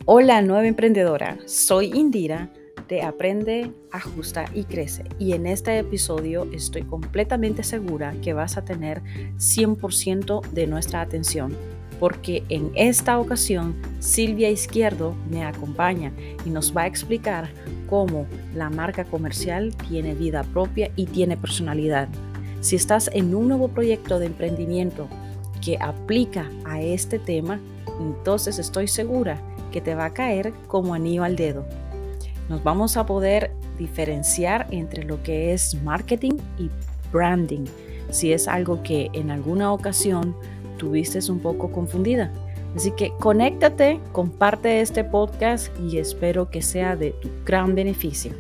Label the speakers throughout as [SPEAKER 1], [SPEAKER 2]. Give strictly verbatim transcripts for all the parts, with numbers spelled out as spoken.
[SPEAKER 1] Hola nueva emprendedora, soy Indira de Aprende, Ajusta y Crece y en este episodio estoy completamente segura que vas a tener cien por ciento de nuestra atención porque en esta ocasión Silvia Izquierdo me acompaña y nos va a explicar cómo la marca comercial tiene vida propia y tiene personalidad. Si estás en un nuevo proyecto de emprendimiento que aplica a este tema, entonces estoy segura que te va a caer como anillo al dedo. Nos vamos a poder diferenciar entre lo que es marketing y branding, si es algo que en alguna ocasión tuviste un poco confundida. Así que conéctate, comparte este podcast y espero que sea de tu gran beneficio.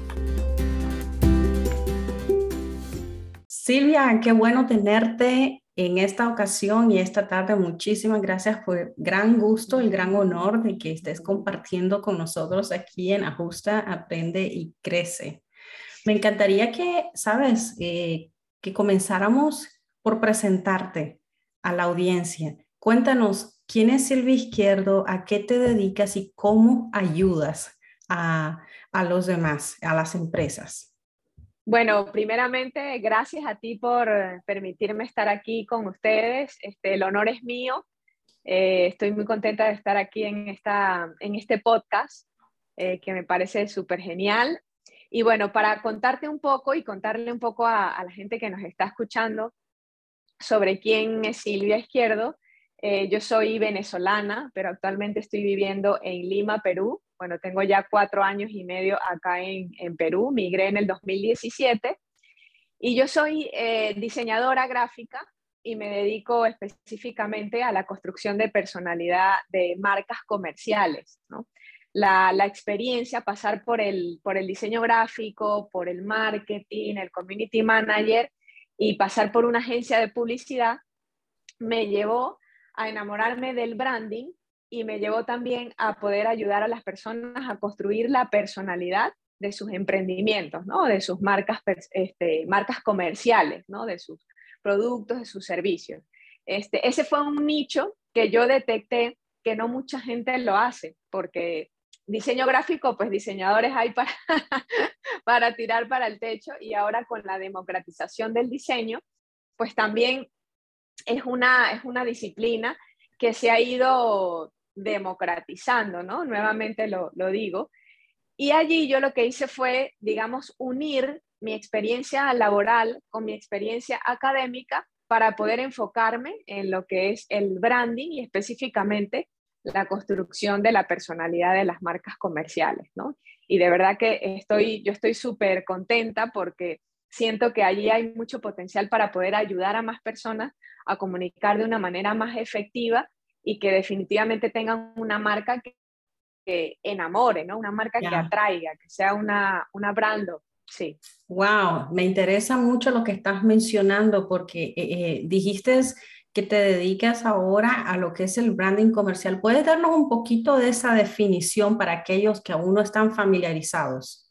[SPEAKER 1] Silvia, qué bueno tenerte en esta ocasión y esta tarde. Muchísimas gracias por el gran gusto y gran honor de que estés compartiendo con nosotros aquí en Ajusta, Aprende y Crece. Me encantaría que, sabes, eh, que comenzáramos por presentarte a la audiencia. Cuéntanos, ¿quién es Silvia Izquierdo? ¿A qué te dedicas y cómo ayudas a, a los demás, a las empresas?
[SPEAKER 2] Bueno, primeramente, gracias a ti por permitirme estar aquí con ustedes. Este, el honor es mío. Eh, estoy muy contenta de estar aquí en, esta, en este podcast, eh, que me parece súper genial. Y bueno, para contarte un poco y contarle un poco a, a la gente que nos está escuchando sobre quién es Silvia Izquierdo, eh, yo soy venezolana, pero actualmente estoy viviendo en Lima, Perú. Bueno, tengo ya cuatro años y medio acá en, en Perú, migré en el dos mil diecisiete y yo soy eh, diseñadora gráfica y me dedico específicamente a la construcción de personalidad de marcas comerciales, ¿no? La, la experiencia, pasar por el, por el diseño gráfico, por el marketing, el community manager y pasar por una agencia de publicidad me llevó a enamorarme del branding y me llevó también a poder ayudar a las personas a construir la personalidad de sus emprendimientos, ¿no? De sus marcas, este, marcas comerciales, ¿no? De sus productos, de sus servicios. Este, ese fue un nicho que yo detecté que no mucha gente lo hace, porque diseño gráfico, pues diseñadores hay para, para tirar para el techo, y ahora con la democratización del diseño, pues también es una, es una disciplina que se ha ido democratizando, ¿no? Nuevamente lo, lo digo. Y allí yo lo que hice fue, digamos, unir mi experiencia laboral con mi experiencia académica para poder enfocarme en lo que es el branding y específicamente la construcción de la personalidad de las marcas comerciales, ¿no? Y de verdad que estoy, yo estoy súper contenta porque siento que allí hay mucho potencial para poder ayudar a más personas a comunicar de una manera más efectiva y que definitivamente tengan una marca que, que enamore, ¿no? Una marca yeah. que atraiga, que sea una, una brand. Sí.
[SPEAKER 1] Wow, me interesa mucho lo que estás mencionando porque eh, eh, dijiste que te dedicas ahora a lo que es el branding comercial. ¿Puedes darnos un poquito de esa definición para aquellos que aún no están familiarizados?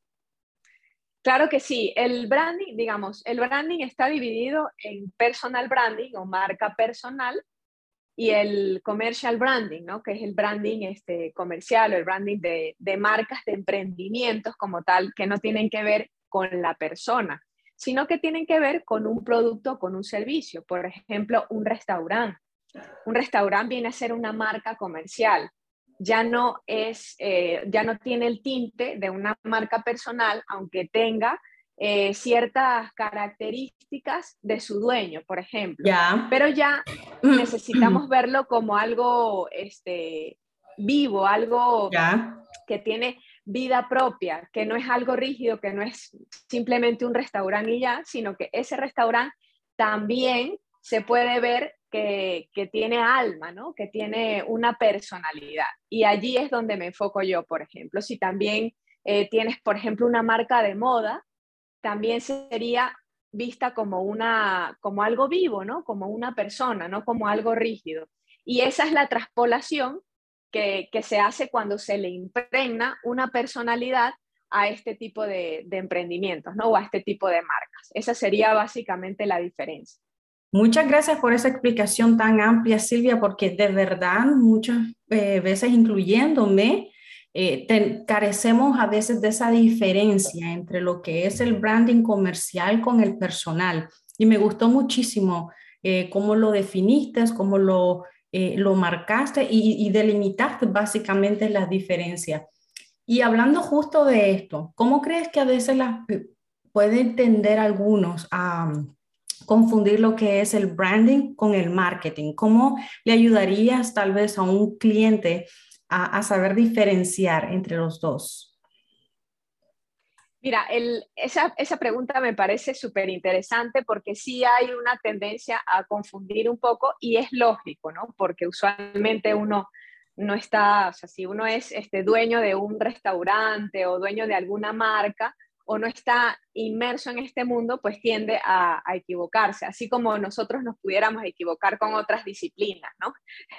[SPEAKER 2] Claro que sí. El branding, digamos, el branding está dividido en personal branding o marca personal y el commercial branding, ¿no? Que es el branding este, comercial o el branding de, de marcas de emprendimientos como tal, que no tienen que ver con la persona, sino que tienen que ver con un producto, con un servicio. Por ejemplo, un restaurante. Un restaurante viene a ser una marca comercial. Ya no es, eh, ya no tiene el tinte de una marca personal, aunque tenga eh, ciertas características de su dueño, por ejemplo.
[SPEAKER 1] Yeah.
[SPEAKER 2] Pero ya necesitamos verlo como algo este, vivo, algo
[SPEAKER 1] yeah.
[SPEAKER 2] que tiene vida propia, que no es algo rígido, que no es simplemente un restaurante y ya, sino que ese restaurante también se puede ver que, que tiene alma, ¿no? Que tiene una personalidad. Y allí es donde me enfoco yo, por ejemplo. Si también eh, tienes, por ejemplo, una marca de moda, también sería vista como, una, como algo vivo, ¿no? Como una persona, no como algo rígido. Y esa es la traspolación que, que se hace cuando se le impregna una personalidad a este tipo de, de emprendimientos, ¿no? O a este tipo de marcas. Esa sería básicamente la diferencia.
[SPEAKER 1] Muchas gracias por esa explicación tan amplia, Silvia, porque de verdad muchas eh, veces, incluyéndome, eh, ten- carecemos a veces de esa diferencia entre lo que es el branding comercial con el personal. Y me gustó muchísimo eh, cómo lo definiste, cómo lo, eh, lo marcaste y, y delimitaste básicamente las diferencias. Y hablando justo de esto, ¿cómo crees que a veces las, pueden tender algunos a confundir lo que es el branding con el marketing? ¿Cómo le ayudarías tal vez a un cliente a, a saber diferenciar entre los dos?
[SPEAKER 2] Mira, el, esa, esa pregunta me parece súper interesante porque sí hay una tendencia a confundir un poco y es lógico, ¿no? Porque usualmente uno no está, o sea, si uno es este, dueño de un restaurante o dueño de alguna marca o no está inmerso en este mundo, pues tiende a, a equivocarse, así como nosotros nos pudiéramos equivocar con otras disciplinas, ¿no?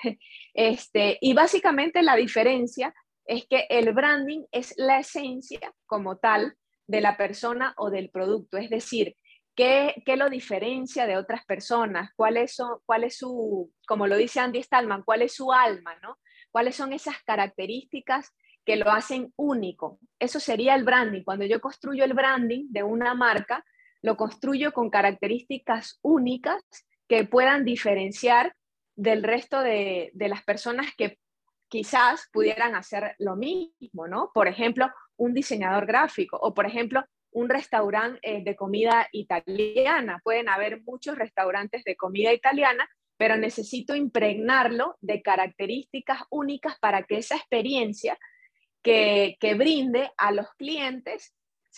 [SPEAKER 2] Este, y básicamente la diferencia es que el branding es la esencia como tal de la persona o del producto, es decir, ¿qué, qué lo diferencia de otras personas? ¿Cuál es, su, ¿Cuál es su, como lo dice Andy Stallman, cuál es su alma, ¿no? ¿Cuáles son esas características que lo hacen único? Eso sería el branding. Cuando yo construyo el branding de una marca, lo construyo con características únicas que puedan diferenciar del resto de, de las personas que quizás pudieran hacer lo mismo, ¿no? Por ejemplo, un diseñador gráfico o, por ejemplo, un restaurante eh, de comida italiana. Pueden haber muchos restaurantes de comida italiana, pero necesito impregnarlo de características únicas para que esa experiencia que, que brinde a los clientes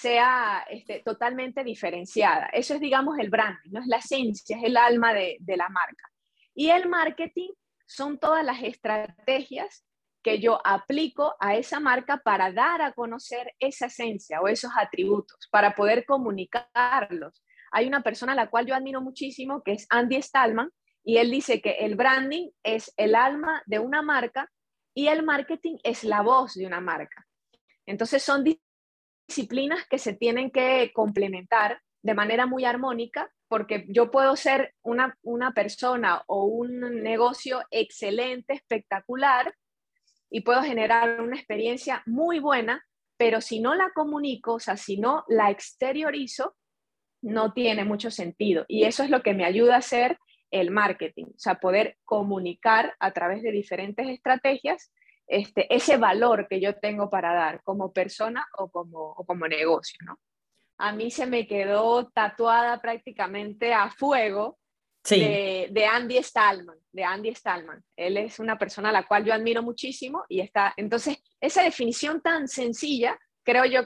[SPEAKER 2] sea este, totalmente diferenciada. Eso es, digamos, el branding, no es la esencia, es el alma de, de la marca. Y el marketing son todas las estrategias que yo aplico a esa marca para dar a conocer esa esencia o esos atributos, para poder comunicarlos. Hay una persona a la cual yo admiro muchísimo, que es Andy Stallman, y él dice que el branding es el alma de una marca y el marketing es la voz de una marca. Entonces son disciplinas que se tienen que complementar de manera muy armónica, porque yo puedo ser una, una persona o un negocio excelente, espectacular, y puedo generar una experiencia muy buena, pero si no la comunico, o sea, si no la exteriorizo, no tiene mucho sentido. Y eso es lo que me ayuda a hacer el marketing, o sea, poder comunicar a través de diferentes estrategias este, ese valor que yo tengo para dar como persona o como, o como negocio, ¿no? A mí se me quedó tatuada prácticamente a fuego
[SPEAKER 1] Sí.
[SPEAKER 2] de, de Andy Stallman, de Andy Stallman. Él es una persona a la cual yo admiro muchísimo y está, entonces, esa definición tan sencilla, creo yo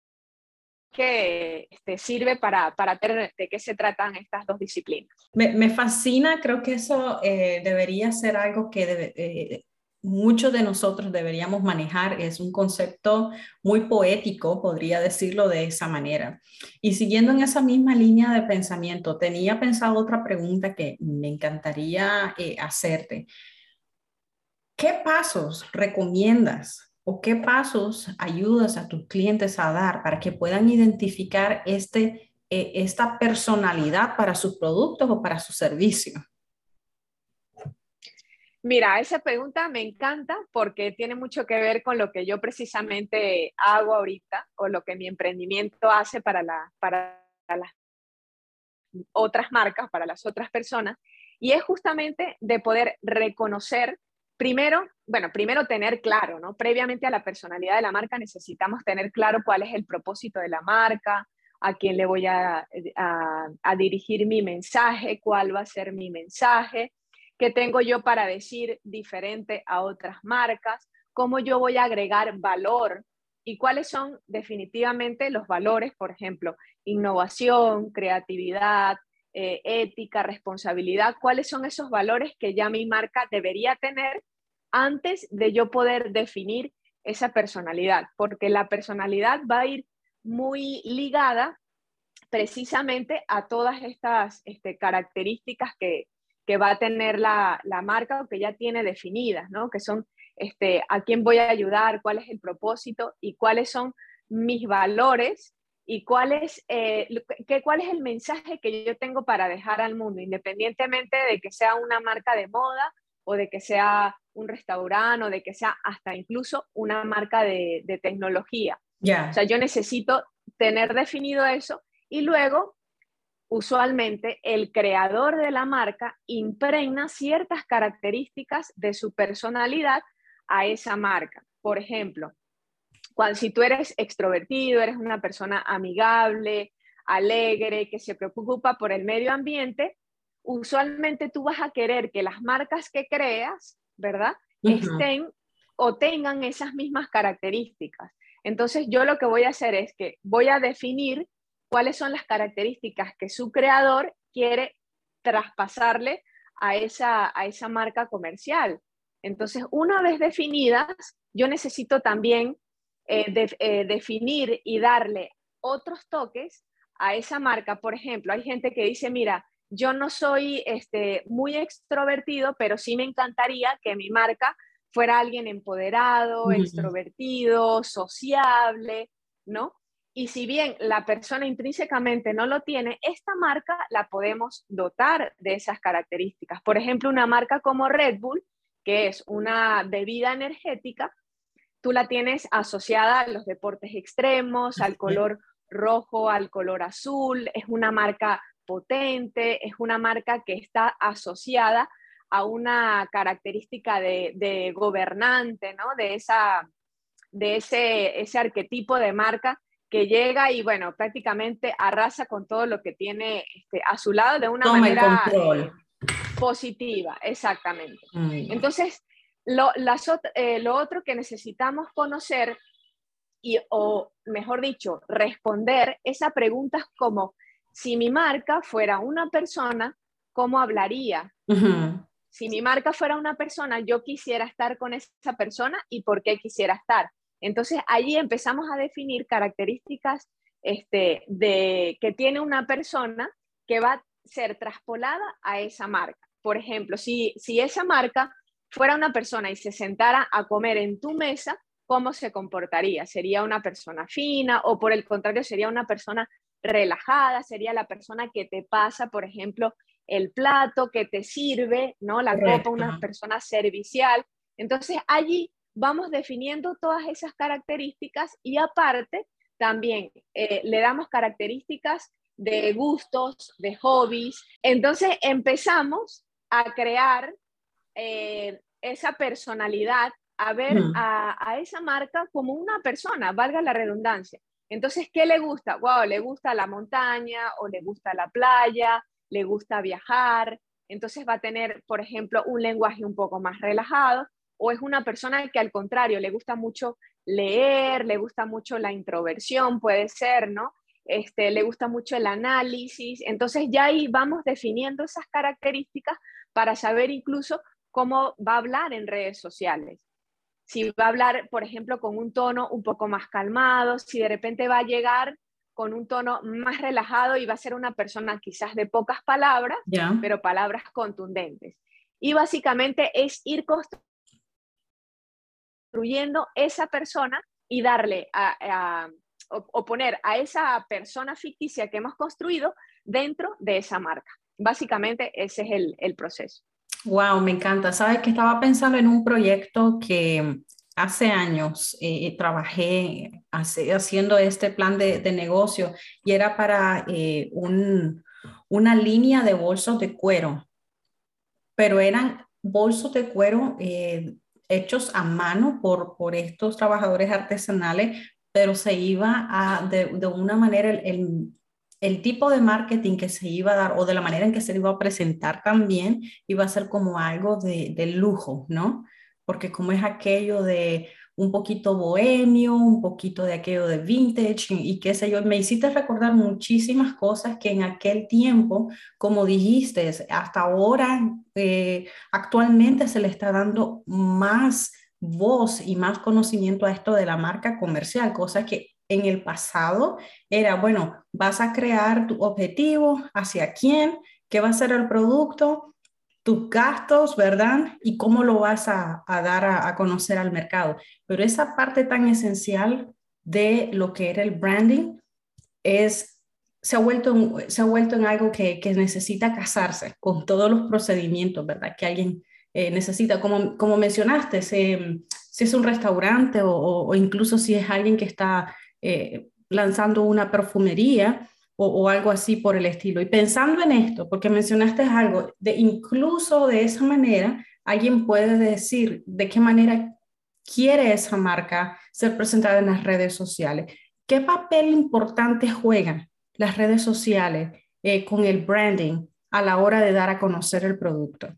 [SPEAKER 2] que este, sirve para, para ver de qué se tratan estas dos disciplinas.
[SPEAKER 1] Me, me fascina, creo que eso eh, debería ser algo que debe- eh, muchos de nosotros deberíamos manejar. Es un concepto muy poético, podría decirlo de esa manera. Y siguiendo en esa misma línea de pensamiento, tenía pensado otra pregunta que me encantaría eh, hacerte. ¿Qué pasos recomiendas o qué pasos ayudas a tus clientes a dar para que puedan identificar este, eh, esta personalidad para sus productos o para su servicio?
[SPEAKER 2] Mira, esa pregunta me encanta porque tiene mucho que ver con lo que yo precisamente hago ahorita o lo que mi emprendimiento hace para, la, para las otras marcas, para las otras personas. Y es justamente de poder reconocer, primero, bueno, primero tener claro, ¿no? Previamente a la personalidad de la marca necesitamos tener claro cuál es el propósito de la marca, a quién le voy a, a, a dirigir mi mensaje, cuál va a ser mi mensaje, qué tengo yo para decir diferente a otras marcas, cómo yo voy a agregar valor y cuáles son definitivamente los valores, por ejemplo, innovación, creatividad, eh, ética, responsabilidad, cuáles son esos valores que ya mi marca debería tener antes de yo poder definir esa personalidad, porque la personalidad va a ir muy ligada precisamente a todas estas este, características que, que va a tener la, la marca o que ya tiene definidas, ¿no? Que son este, a quién voy a ayudar, cuál es el propósito y cuáles son mis valores y cuál es, eh, qué, cuál es el mensaje que yo tengo para dejar al mundo, independientemente de que sea una marca de moda o de que sea un restaurante o de que sea hasta incluso una marca de, de tecnología.
[SPEAKER 1] Ya.
[SPEAKER 2] O sea, yo necesito tener definido eso y luego, usualmente, el creador de la marca impregna ciertas características de su personalidad a esa marca. Por ejemplo, cuando, si tú eres extrovertido, eres una persona amigable, alegre, que se preocupa por el medio ambiente, usualmente tú vas a querer que las marcas que creas, ¿verdad?,
[SPEAKER 1] Uh-huh.
[SPEAKER 2] estén o tengan esas mismas características. Entonces yo lo que voy a hacer es que voy a definir cuáles son las características que su creador quiere traspasarle a esa, a esa marca comercial. Entonces, una vez definidas, yo necesito también eh, de, eh, definir y darle otros toques a esa marca. Por ejemplo, hay gente que dice, mira, yo no soy este, muy extrovertido, pero sí me encantaría que mi marca fuera alguien empoderado, uh-huh, extrovertido, sociable, ¿no? Y si bien la persona intrínsecamente no lo tiene, esta marca la podemos dotar de esas características. Por ejemplo, una marca como Red Bull, que es una bebida energética, tú la tienes asociada a los deportes extremos, al color rojo, al color azul, es una marca potente, es una marca que está asociada a una característica de, de gobernante, ¿no? De, esa, de ese, ese arquetipo de marca que llega y, bueno, prácticamente arrasa con todo lo que tiene este, a su lado de una
[SPEAKER 1] Toma
[SPEAKER 2] manera
[SPEAKER 1] el control.
[SPEAKER 2] Eh, positiva, exactamente.
[SPEAKER 1] Mm.
[SPEAKER 2] Entonces, lo, las, eh, lo otro que necesitamos conocer, y, o mejor dicho, responder esa pregunta como, si mi marca fuera una persona, ¿cómo hablaría?
[SPEAKER 1] Uh-huh.
[SPEAKER 2] Si mi marca fuera una persona, yo quisiera estar con esa persona y por qué quisiera estar. Entonces, allí empezamos a definir características este, de, que tiene una persona que va a ser traspolada a esa marca. Por ejemplo, si, si esa marca fuera una persona y se sentara a comer en tu mesa, ¿cómo se comportaría? ¿Sería una persona fina o por el contrario sería una persona relajada? ¿Sería la persona que te pasa, por ejemplo, el plato, que te sirve, ¿no? La
[SPEAKER 1] Correcto.
[SPEAKER 2] copa, una persona servicial? Entonces allí vamos definiendo todas esas características y aparte también eh, le damos características de gustos, de hobbies. Entonces empezamos a crear eh, esa personalidad, a ver
[SPEAKER 1] Mm.
[SPEAKER 2] a, a esa marca como una persona, valga la redundancia. Entonces, ¿qué le gusta? Wow, le gusta la montaña o le gusta la playa, le gusta viajar. Entonces va a tener, por ejemplo, un lenguaje un poco más relajado, o es una persona que al contrario le gusta mucho leer, le gusta mucho la introversión, puede ser, ¿no? Este, le gusta mucho el análisis. Entonces ya ahí vamos definiendo esas características para saber incluso cómo va a hablar en redes sociales. Si va a hablar, por ejemplo, con un tono un poco más calmado, si de repente va a llegar con un tono más relajado y va a ser una persona quizás de pocas palabras,
[SPEAKER 1] Yeah.
[SPEAKER 2] pero palabras contundentes. Y básicamente es ir construyendo esa persona y darle a, a o, o poner a esa persona ficticia que hemos construido dentro de esa marca. Básicamente ese es el, el proceso.
[SPEAKER 1] Wow, me encanta. Sabes que estaba pensando en un proyecto que hace años eh, trabajé hace, haciendo este plan de, de negocio y era para eh, un, una línea de bolsos de cuero, pero eran bolsos de cuero eh, hechos a mano por, por estos trabajadores artesanales, pero se iba a, de, de una manera, el, el el tipo de marketing que se iba a dar o de la manera en que se iba a presentar también iba a ser como algo de, de lujo, ¿no? Porque como es aquello de un poquito bohemio, un poquito de aquello de vintage y, y qué sé yo, me hiciste recordar muchísimas cosas que en aquel tiempo, como dijiste, hasta ahora eh, actualmente se le está dando más voz y más conocimiento a esto de la marca comercial, cosas que en el pasado era, bueno, vas a crear tu objetivo, hacia quién, qué va a ser el producto, tus gastos, ¿verdad? Y cómo lo vas a, a dar a, a conocer al mercado. Pero esa parte tan esencial de lo que era el branding es, se ha vuelto, en- se ha vuelto en algo que, que necesita casarse con todos los procedimientos, ¿verdad? Que alguien eh, necesita, como, como mencionaste, si, si es un restaurante o, o- o incluso si es alguien que está eh, lanzando una perfumería o, o algo así por el estilo. Y pensando en esto, porque mencionaste algo, de incluso de esa manera, alguien puede decir de qué manera quiere esa marca ser presentada en las redes sociales. ¿Qué papel importante juegan las redes sociales eh, con el branding a la hora de dar a conocer el producto?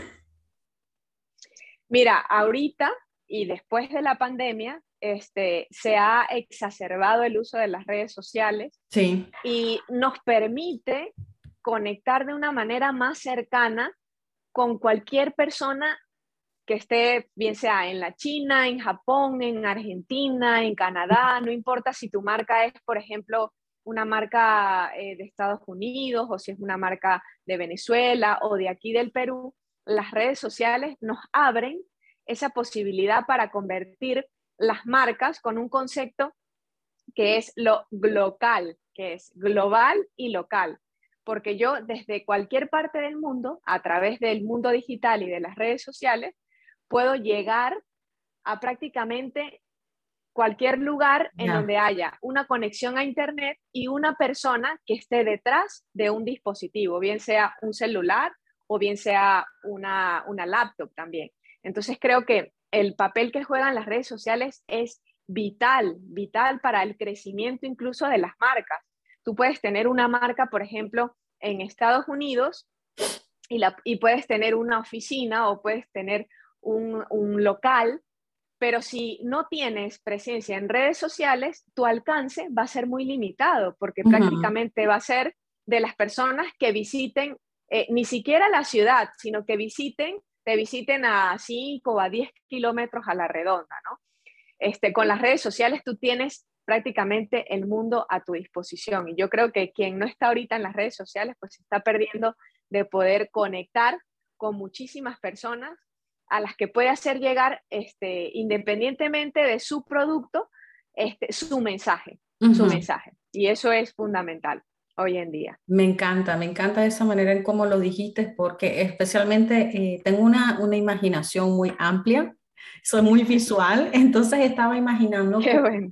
[SPEAKER 2] Mira, ahorita y después de la pandemia, este, se ha exacerbado el uso de las redes sociales
[SPEAKER 1] Sí.
[SPEAKER 2] y nos permite conectar de una manera más cercana con cualquier persona que esté, bien sea en la China, en Japón, en Argentina, en Canadá, no importa si tu marca es, por ejemplo, una marca eh, de Estados Unidos o si es una marca de Venezuela o de aquí del Perú, las redes sociales nos abren esa posibilidad para convertir las marcas con un concepto que es lo local, que es global y local. Porque yo desde cualquier parte del mundo, a través del mundo digital y de las redes sociales, puedo llegar a prácticamente cualquier lugar en
[SPEAKER 1] Ya.
[SPEAKER 2] donde haya una conexión a Internet y una persona que esté detrás de un dispositivo, bien sea un celular o bien sea una, una laptop también. Entonces creo que el papel que juegan las redes sociales es vital, vital para el crecimiento incluso de las marcas. Tú puedes tener una marca, por ejemplo, en Estados Unidos y, la, y puedes tener una oficina o puedes tener un, un local, pero si no tienes presencia en redes sociales, tu alcance va a ser muy limitado, porque
[SPEAKER 1] Ujú.
[SPEAKER 2] prácticamente va a ser de las personas que visiten eh, ni siquiera la ciudad, sino que visiten, te visiten a cinco o a diez kilómetros a la redonda, ¿no? Este, con las redes sociales tú tienes prácticamente el mundo a tu disposición. Y yo creo que quien no está ahorita en las redes sociales, pues se está perdiendo de poder conectar con muchísimas personas a las que puede hacer llegar, este, independientemente de su producto, este, su mensaje, su
[SPEAKER 1] Ujú.
[SPEAKER 2] mensaje. Y eso es fundamental hoy en día.
[SPEAKER 1] Me encanta, me encanta esa manera en cómo lo dijiste, porque especialmente eh, tengo una, una imaginación muy amplia, soy muy visual, entonces estaba imaginando
[SPEAKER 2] Qué
[SPEAKER 1] como,
[SPEAKER 2] bueno.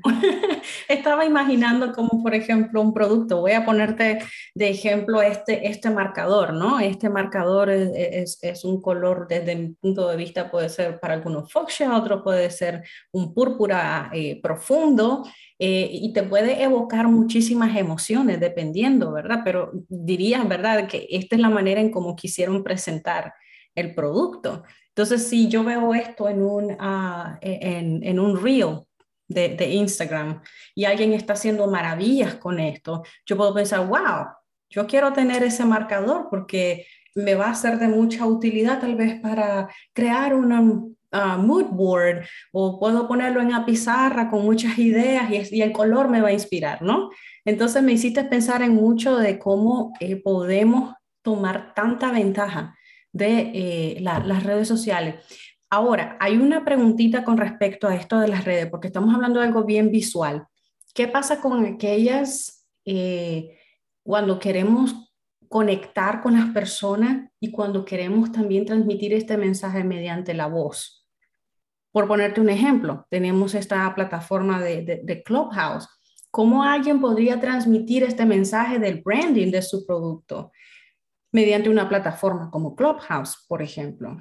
[SPEAKER 1] estaba imaginando como, por ejemplo, un producto. Voy a ponerte de ejemplo este, este marcador, ¿no? Este marcador es, es, es un color, desde mi punto de vista, puede ser para algunos fucsia, otro puede ser un púrpura eh, profundo eh, y te puede evocar muchísimas emociones dependiendo, ¿verdad? Pero dirías, ¿verdad? Que esta es la manera en cómo quisieron presentar el producto. Entonces, si yo veo esto en un, uh, en, en un reel de, de Instagram y alguien está haciendo maravillas con esto, yo puedo pensar, wow, yo quiero tener ese marcador porque me va a ser de mucha utilidad tal vez para crear una uh, mood board o puedo ponerlo en una pizarra con muchas ideas y, y el color me va a inspirar, ¿no? Entonces me hiciste pensar en mucho de cómo eh, podemos tomar tanta ventaja de eh, la, las redes sociales. Ahora, hay una preguntita con respecto a esto de las redes, porque estamos hablando de algo bien visual. ¿Qué pasa con aquellas eh, cuando queremos conectar con las personas y cuando queremos también transmitir este mensaje mediante la voz? Por ponerte un ejemplo, tenemos esta plataforma de, de, de Clubhouse. ¿Cómo alguien podría transmitir este mensaje del branding de su producto mediante una plataforma como Clubhouse, por ejemplo?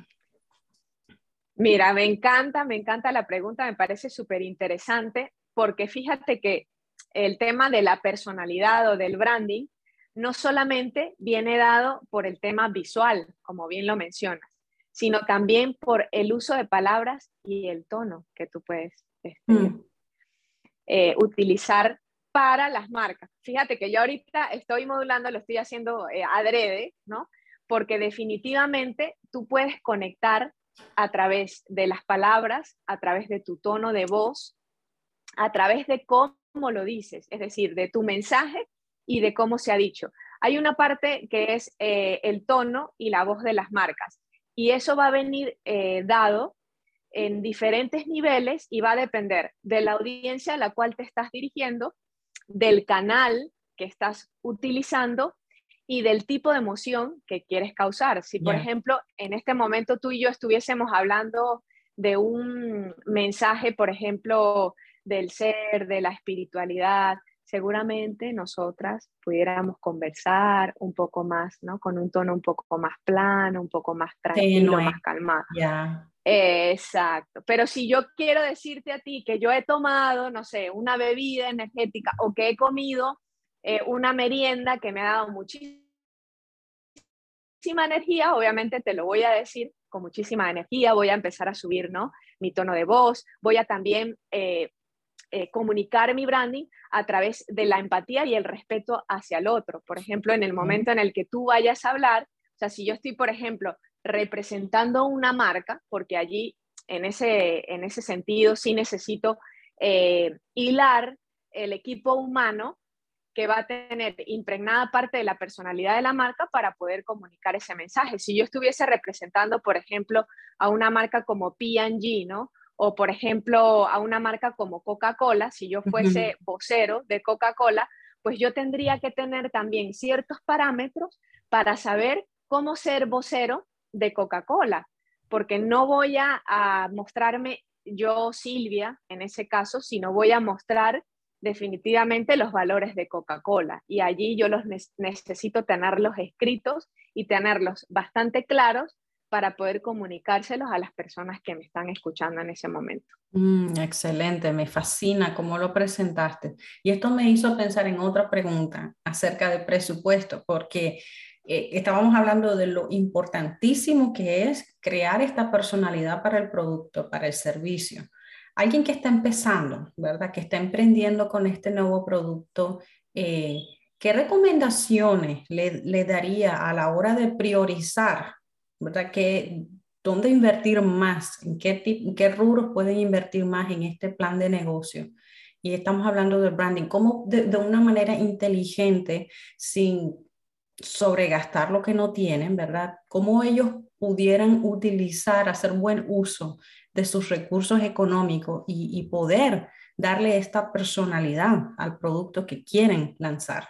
[SPEAKER 2] Mira, me encanta, me encanta la pregunta, me parece súper interesante, porque fíjate que el tema de la personalidad o del branding no solamente viene dado por el tema visual, como bien lo mencionas, sino también por el uso de palabras y el tono que tú puedes este,
[SPEAKER 1] Mm.
[SPEAKER 2] eh, utilizar para las marcas. Fíjate que yo ahorita estoy modulando, lo estoy haciendo eh, adrede, ¿no? Porque definitivamente tú puedes conectar a través de las palabras, a través de tu tono de voz, a través de cómo lo dices, es decir, de tu mensaje y de cómo se ha dicho. Hay una parte que es eh, el tono y la voz de las marcas, y eso va a venir eh, dado en diferentes niveles y va a depender de la audiencia a la cual te estás dirigiendo, del canal que estás utilizando y del tipo de emoción que quieres causar. Si, por
[SPEAKER 1] Yeah.
[SPEAKER 2] ejemplo, en este momento tú y yo estuviésemos hablando de un mensaje, por ejemplo, del ser, de la espiritualidad, seguramente nosotras pudiéramos conversar un poco más, ¿no? Con un tono un poco más plano, un poco más
[SPEAKER 1] Sí, no
[SPEAKER 2] tranquilo,
[SPEAKER 1] es.
[SPEAKER 2] más calmado.
[SPEAKER 1] Ya.
[SPEAKER 2] Eh, exacto. Pero si yo quiero decirte a ti que yo he tomado, no sé, una bebida energética o que he comido eh, una merienda que me ha dado muchísima energía, obviamente te lo voy a decir con muchísima energía, voy a empezar a subir, ¿no? Mi tono de voz, voy a también eh, eh, comunicar mi branding a través de la empatía y el respeto hacia el otro. Por ejemplo, en el
[SPEAKER 1] Okay.
[SPEAKER 2] momento en el que tú vayas a hablar, o sea, si yo estoy, por ejemplo, representando una marca, porque allí, en ese, en ese sentido, sí necesito eh, hilar el equipo humano que va a tener impregnada parte de la personalidad de la marca para poder comunicar ese mensaje. Si yo estuviese representando, por ejemplo, a una marca como P and G, ¿no? O, por ejemplo, a una marca como Coca-Cola, si yo
[SPEAKER 1] Ujú.
[SPEAKER 2] fuese vocero de Coca-Cola, pues yo tendría que tener también ciertos parámetros para saber cómo ser vocero de Coca-Cola, porque no voy a, a mostrarme yo, Silvia, en ese caso, sino voy a mostrar definitivamente los valores de Coca-Cola. Y allí yo los ne necesito tenerlos escritos y tenerlos bastante claros para poder comunicárselos a las personas que me están escuchando en ese momento.
[SPEAKER 1] Mm, excelente, me fascina cómo lo presentaste. Y esto me hizo pensar en otra pregunta acerca de presupuesto, porque eh, estábamos hablando de lo importantísimo que es crear esta personalidad para el producto, para el servicio. Alguien que está empezando, ¿verdad? Que está emprendiendo con este nuevo producto, eh, ¿qué recomendaciones le, le daría a la hora de priorizar, ¿verdad? Que ¿dónde invertir más? ¿En qué, en qué rubros pueden invertir más en este plan de negocio? Y estamos hablando de branding, ¿cómo de, de una manera inteligente, sin sobregastar lo que no tienen, ¿verdad? ¿Cómo ellos pudieran utilizar, hacer buen uso de sus recursos económicos y, y poder darle esta personalidad al producto que quieren lanzar?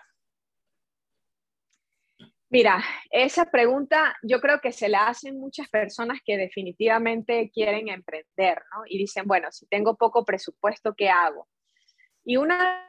[SPEAKER 2] Mira, esa pregunta yo creo que se la hacen muchas personas que definitivamente quieren emprender, ¿no? Y dicen, bueno, si tengo poco presupuesto, ¿qué hago? Y una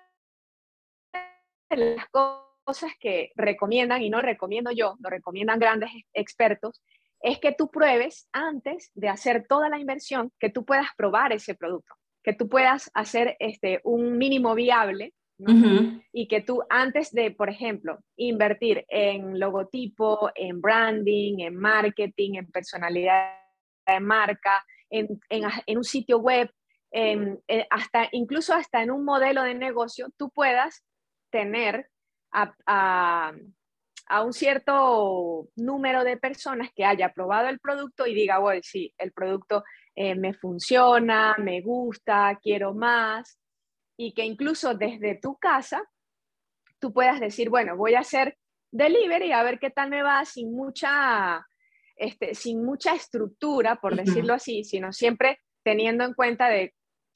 [SPEAKER 2] de las cosas que recomiendan, y no recomiendo yo, lo recomiendan grandes expertos, es que tú pruebes antes de hacer toda la inversión, que tú puedas probar ese producto, que tú puedas hacer este, un mínimo viable, ¿no?
[SPEAKER 1] Uh-huh.
[SPEAKER 2] Y que tú antes de, por ejemplo, invertir en logotipo, en branding, en marketing, en personalidad de marca, en, en, en un sitio web, en, en, hasta, incluso hasta en un modelo de negocio, tú puedas tener a, a, a un cierto número de personas que haya probado el producto y diga, bueno, sí, el producto eh, me funciona, me gusta, quiero más, y que incluso desde tu casa tú puedas decir, bueno, voy a hacer delivery a ver qué tal me va sin mucha, este, sin mucha estructura, por
[SPEAKER 1] Uh-huh.
[SPEAKER 2] decirlo así, sino siempre teniendo en cuenta de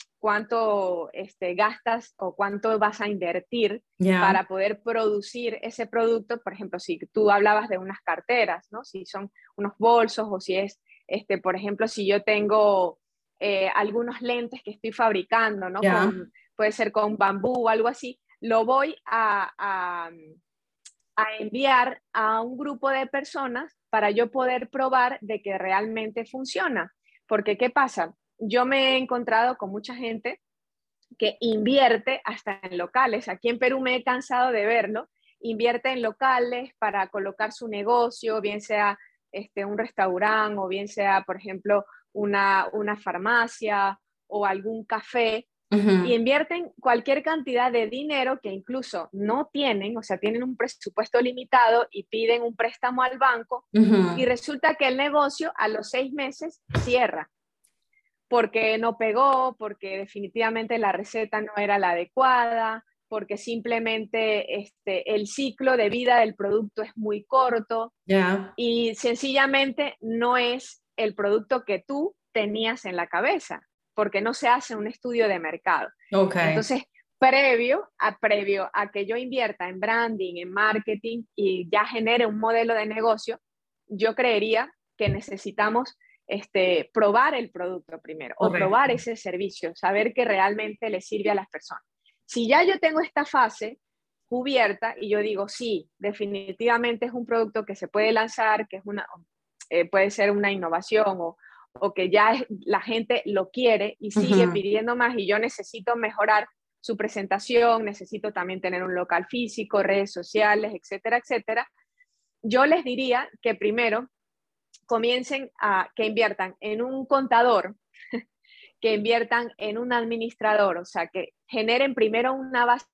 [SPEAKER 2] cuánto este, gastas o cuánto vas a invertir
[SPEAKER 1] Yeah.
[SPEAKER 2] para poder producir ese producto. Por ejemplo, si tú hablabas de unas carteras, ¿no? Si son unos bolsos o si es, este, por ejemplo, si yo tengo eh, algunos lentes que estoy fabricando, ¿no?
[SPEAKER 1] Yeah.
[SPEAKER 2] Con, puede ser con bambú o algo así, lo voy a, a, a enviar a un grupo de personas para yo poder probar de que realmente funciona. Porque, ¿qué pasa? Yo me he encontrado con mucha gente que invierte hasta en locales. Aquí en Perú me he cansado de verlo. Invierte en locales para colocar su negocio, bien sea este, un restaurante o bien sea, por ejemplo, una, una farmacia o algún café. Y
[SPEAKER 1] Uh-huh.
[SPEAKER 2] invierten cualquier cantidad de dinero que incluso no tienen, o sea, tienen un presupuesto limitado y piden un préstamo al banco y
[SPEAKER 1] Uh-huh.
[SPEAKER 2] resulta que el negocio a los seis meses cierra porque no pegó, porque definitivamente la receta no era la adecuada, porque simplemente este, el ciclo de vida del producto es muy corto
[SPEAKER 1] Yeah.
[SPEAKER 2] y sencillamente no es el producto que tú tenías en la cabeza, porque no se hace un estudio de mercado.
[SPEAKER 1] Okay.
[SPEAKER 2] Entonces, previo a, previo a que yo invierta en branding, en marketing y ya genere un modelo de negocio, yo creería que necesitamos este, probar el producto primero o
[SPEAKER 1] Correcto.
[SPEAKER 2] probar ese servicio, saber que realmente le sirve a las personas. Si ya yo tengo esta fase cubierta y yo digo, sí, definitivamente es un producto que se puede lanzar, que es una, eh, puede ser una innovación o, o que ya es, la gente lo quiere y sigue
[SPEAKER 1] Uh-huh.
[SPEAKER 2] pidiendo más y yo necesito mejorar su presentación, necesito también tener un local físico, redes sociales, etcétera, etcétera. Yo les diría que primero comiencen a que inviertan en un contador, que inviertan en un administrador, o sea, que generen primero una base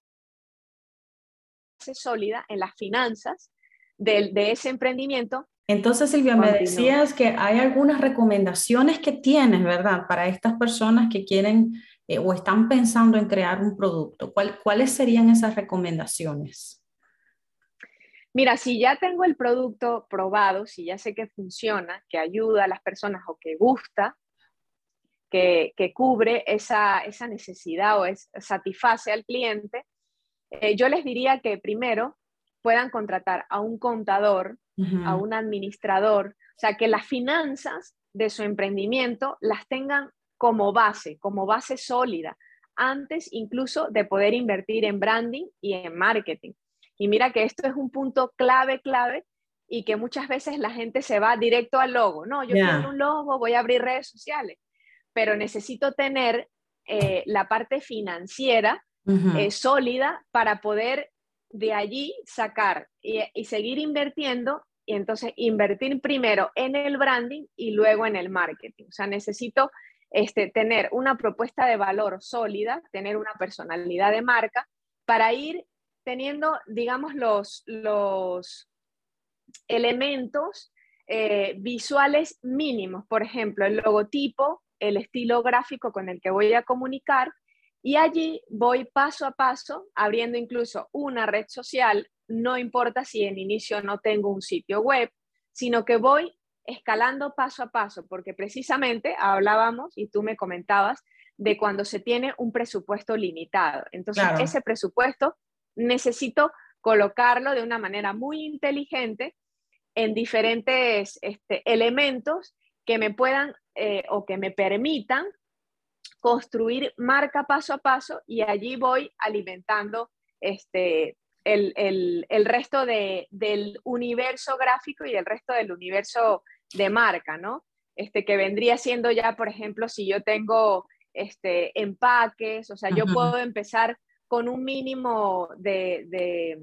[SPEAKER 2] sólida en las finanzas de, de ese emprendimiento.
[SPEAKER 1] Entonces, Silvia, me
[SPEAKER 2] Continúo.
[SPEAKER 1] decías que hay algunas recomendaciones que tienes, ¿verdad? Para estas personas que quieren eh, o están pensando en crear un producto. ¿Cuál, ¿Cuáles serían esas recomendaciones?
[SPEAKER 2] Mira, si ya tengo el producto probado, si ya sé que funciona, que ayuda a las personas o que gusta, que, que cubre esa, esa necesidad o es, satisface al cliente, eh, yo les diría que primero puedan contratar a un contador, a
[SPEAKER 1] Uh-huh.
[SPEAKER 2] un administrador, o sea, que las finanzas de su emprendimiento las tengan como base, como base sólida, antes incluso de poder invertir en branding y en marketing. Y mira que esto es un punto clave, clave, y que muchas veces la gente se va directo al logo. No, yo quiero
[SPEAKER 1] Yeah.
[SPEAKER 2] un logo, voy a abrir redes sociales, pero necesito tener eh, la parte financiera
[SPEAKER 1] Uh-huh.
[SPEAKER 2] eh, sólida para poder de allí sacar y, y seguir invirtiendo y entonces invertir primero en el branding y luego en el marketing. O sea, necesito este, tener una propuesta de valor sólida, tener una personalidad de marca para ir teniendo, digamos, los, los elementos eh, visuales mínimos. Por ejemplo, el logotipo, el estilo gráfico con el que voy a comunicar, y allí voy paso a paso abriendo incluso una red social, no importa si en inicio no tengo un sitio web, sino que voy escalando paso a paso, porque precisamente hablábamos y tú me comentabas de cuando se tiene un presupuesto limitado. Entonces,
[SPEAKER 1] Claro.
[SPEAKER 2] ese presupuesto necesito colocarlo de una manera muy inteligente en diferentes este, elementos que me puedan eh, o que me permitan construir marca paso a paso y allí voy alimentando este, el, el, el resto de, del universo gráfico y el resto del universo de marca, ¿no? Este, que vendría siendo ya, por ejemplo, si yo tengo este, empaques, o sea, yo
[SPEAKER 1] Uh-huh.
[SPEAKER 2] puedo empezar con un mínimo de, de,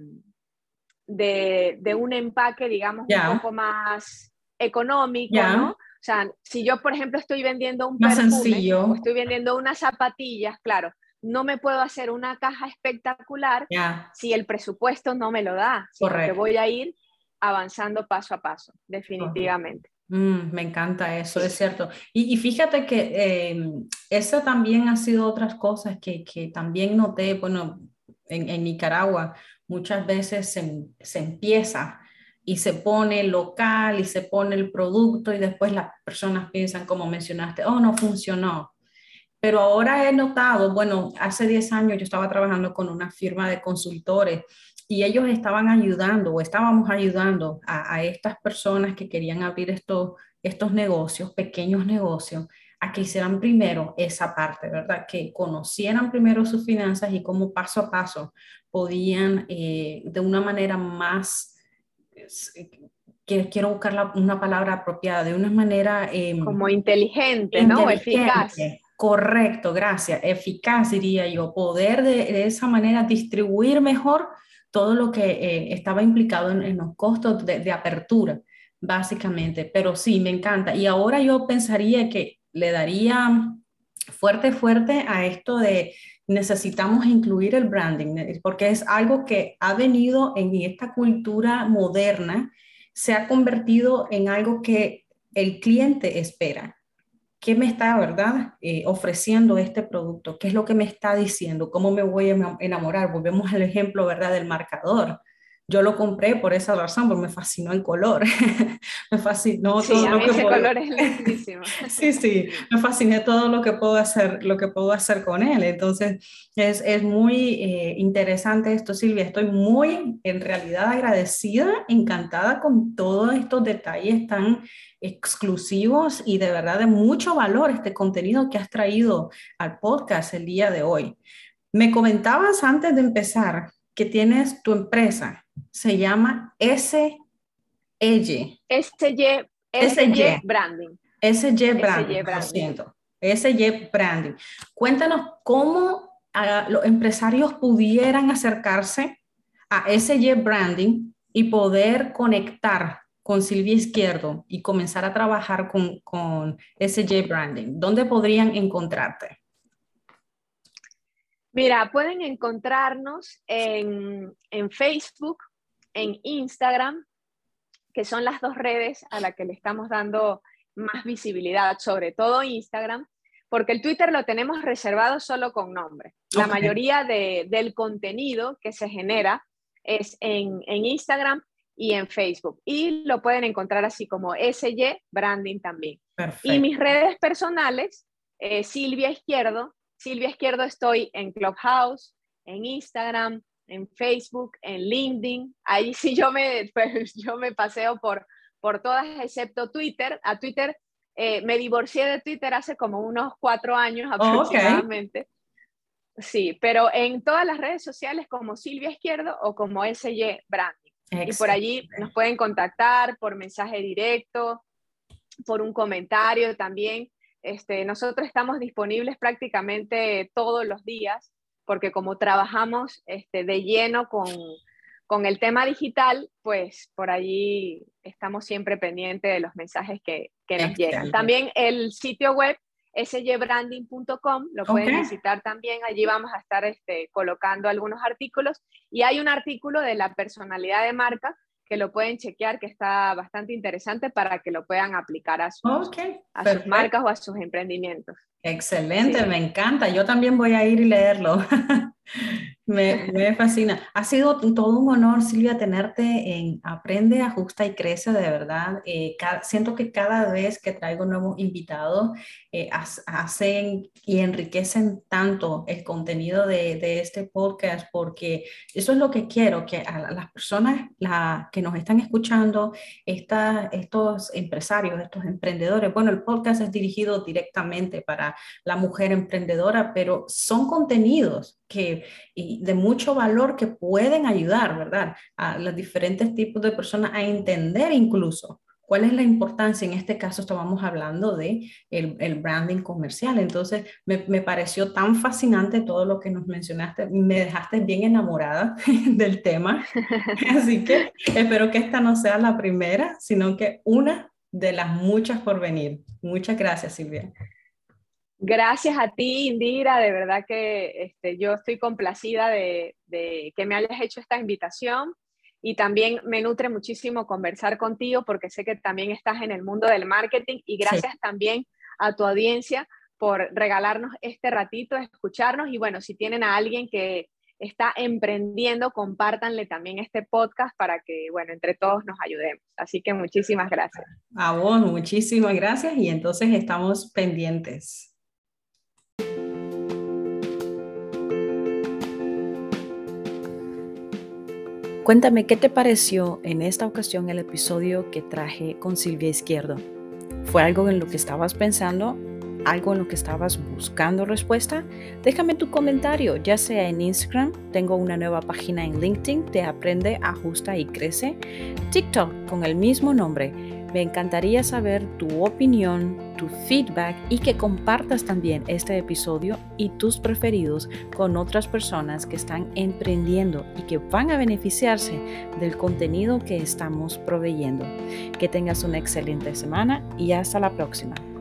[SPEAKER 2] de, de un empaque, digamos, un
[SPEAKER 1] Ya,
[SPEAKER 2] poco más económico, ¿no?
[SPEAKER 1] ya,
[SPEAKER 2] O sea, si yo, por ejemplo, estoy vendiendo un
[SPEAKER 1] más
[SPEAKER 2] perfume o
[SPEAKER 1] sencillo.
[SPEAKER 2] estoy vendiendo unas zapatillas, claro, no me puedo hacer una caja espectacular
[SPEAKER 1] Ya,
[SPEAKER 2] si el presupuesto no me lo da, sino que
[SPEAKER 1] correcto.
[SPEAKER 2] voy a ir avanzando paso a paso, definitivamente.
[SPEAKER 1] Mm, me encanta eso, es cierto. Y, y fíjate que eh, esa también ha sido otras cosas que, que también noté, bueno, en, en Nicaragua muchas veces se, se empieza y se pone local y se pone el producto y después las personas piensan, como mencionaste, oh, no funcionó. Pero ahora he notado, bueno, hace diez años yo estaba trabajando con una firma de consultores y ellos estaban ayudando o estábamos ayudando a, a estas personas que querían abrir estos, estos negocios, pequeños negocios, a que hicieran primero esa parte, ¿verdad? Que conocieran primero sus finanzas y cómo paso a paso podían eh, de una manera más, eh, que quiero buscar la- una palabra apropiada, de una manera... em,
[SPEAKER 2] Como inteligente, ¿no? Eficaz.
[SPEAKER 1] inteligente, correcto, gracias, eficaz diría yo, poder de, de esa manera distribuir mejor todo lo que eh, estaba implicado en, en los costos de, de apertura, básicamente. Pero sí, me encanta. Y ahora yo pensaría que le daría fuerte, fuerte a esto de necesitamos incluir el branding, eh, porque es algo que ha venido en esta cultura moderna, se ha convertido en algo que el cliente espera. ¿Qué me está, verdad, eh, ofreciendo este producto? ¿Qué es lo que me está diciendo? ¿Cómo me voy a enamorar? Volvemos al ejemplo, ¿verdad?, del marcador.
[SPEAKER 3] yo lo compré por esa razón, porque me fascinó el color. Me fascinó
[SPEAKER 2] Sí,
[SPEAKER 3] todo
[SPEAKER 2] a
[SPEAKER 3] lo
[SPEAKER 2] mí
[SPEAKER 3] que
[SPEAKER 2] ese
[SPEAKER 3] puedo.
[SPEAKER 2] color es lindísimo.
[SPEAKER 3] Sí, sí, me fasciné todo lo que puedo hacer, lo que puedo hacer con él. Entonces, es, es muy eh, interesante esto, Silvia. Estoy muy, en realidad, agradecida, encantada con todos estos detalles tan exclusivos y de verdad de mucho valor este contenido que has traído al podcast el día de hoy. Me comentabas antes de empezar que tienes tu empresa, se llama S Y.
[SPEAKER 2] S Y, S Y
[SPEAKER 3] S Y.
[SPEAKER 2] Branding.
[SPEAKER 3] S Y
[SPEAKER 2] S
[SPEAKER 3] Branding,
[SPEAKER 2] Y
[SPEAKER 3] lo
[SPEAKER 2] Branding.
[SPEAKER 3] siento. S Y Branding. Cuéntanos cómo uh, los empresarios pudieran acercarse a S Y Branding y poder conectar con Silvia Izquierdo y comenzar a trabajar con, con S Y Branding. ¿Dónde podrían encontrarte?
[SPEAKER 2] Mira, pueden encontrarnos en, en Facebook, en Instagram, que son las dos redes a las que le estamos dando más visibilidad, sobre todo Instagram, porque el Twitter lo tenemos reservado solo con nombre. La
[SPEAKER 3] Okay.
[SPEAKER 2] mayoría de, del contenido que se genera es en, en Instagram y en Facebook. Y lo pueden encontrar así como S Y Branding también.
[SPEAKER 3] Perfecto.
[SPEAKER 2] Y mis redes personales, eh, Silvia Izquierdo. Silvia Izquierdo estoy en Clubhouse, en Instagram, en Facebook, en LinkedIn. Ahí sí yo me, pues, yo me paseo por, por todas excepto Twitter. A Twitter eh, me divorcié de Twitter hace como unos cuatro años aproximadamente. Oh, okay. Sí, pero en todas las redes sociales como Silvia Izquierdo o como S Y Branding. Excelente. Y por allí nos pueden contactar por mensaje directo, por un comentario también. Este, nosotros estamos disponibles prácticamente todos los días, porque como trabajamos este, de lleno con, con el tema digital, pues por allí estamos siempre pendientes de los mensajes que, que nos Excelente. Llegan. También el sitio web s y branding punto com lo pueden okay. visitar también. Allí vamos a estar este, colocando algunos artículos, y hay un artículo de la personalidad de marca que lo pueden chequear, que está bastante interesante para que lo puedan aplicar a sus, okay, a sus marcas o a sus emprendimientos.
[SPEAKER 3] Excelente, sí. Me encanta. Yo también voy a ir y leerlo. me, me fascina. Ha sido todo un honor, Silvia, tenerte en Aprende, Ajusta y Crece, de verdad. Eh, cada, siento que cada vez que traigo nuevos invitados, eh, hacen y enriquecen tanto el contenido de, de este podcast, porque eso es lo que quiero, que a las personas la, que nos están escuchando, esta, estos empresarios, estos emprendedores, bueno, el podcast es dirigido directamente para la mujer emprendedora, pero son contenidos que, y de mucho valor que pueden ayudar, ¿verdad?, a los diferentes tipos de personas a entender incluso cuál es la importancia. En este caso estábamos hablando de el, el branding comercial. Entonces me, me pareció tan fascinante todo lo que nos mencionaste, me dejaste bien enamorada del tema, así que espero que esta no sea la primera, sino que una de las muchas por venir. Muchas gracias, Silvia.
[SPEAKER 2] Gracias a ti, Indira, de verdad que este, yo estoy complacida de, de que me hayas hecho esta invitación, y también me nutre muchísimo conversar contigo, porque sé que también estás en el mundo del marketing, y gracias sí. también a tu audiencia por regalarnos este ratito, escucharnos, y bueno, si tienen a alguien que está emprendiendo, compártanle también este podcast para que, bueno, entre todos nos ayudemos. Así que muchísimas gracias.
[SPEAKER 3] A vos, muchísimas gracias, y entonces estamos pendientes.
[SPEAKER 1] Cuéntame, ¿qué te pareció en esta ocasión el episodio que traje con Silvia Izquierdo? ¿Fue algo en lo que estabas pensando? ¿Algo en lo que estabas buscando respuesta? Déjame tu comentario, ya sea en Instagram, tengo una nueva página en LinkedIn de Aprende, Ajusta y Crece, TikTok con el mismo nombre. Me encantaría saber tu opinión, tu feedback, y que compartas también este episodio y tus preferidos con otras personas que están emprendiendo y que van a beneficiarse del contenido que estamos proveyendo. Que tengas una excelente semana y hasta la próxima.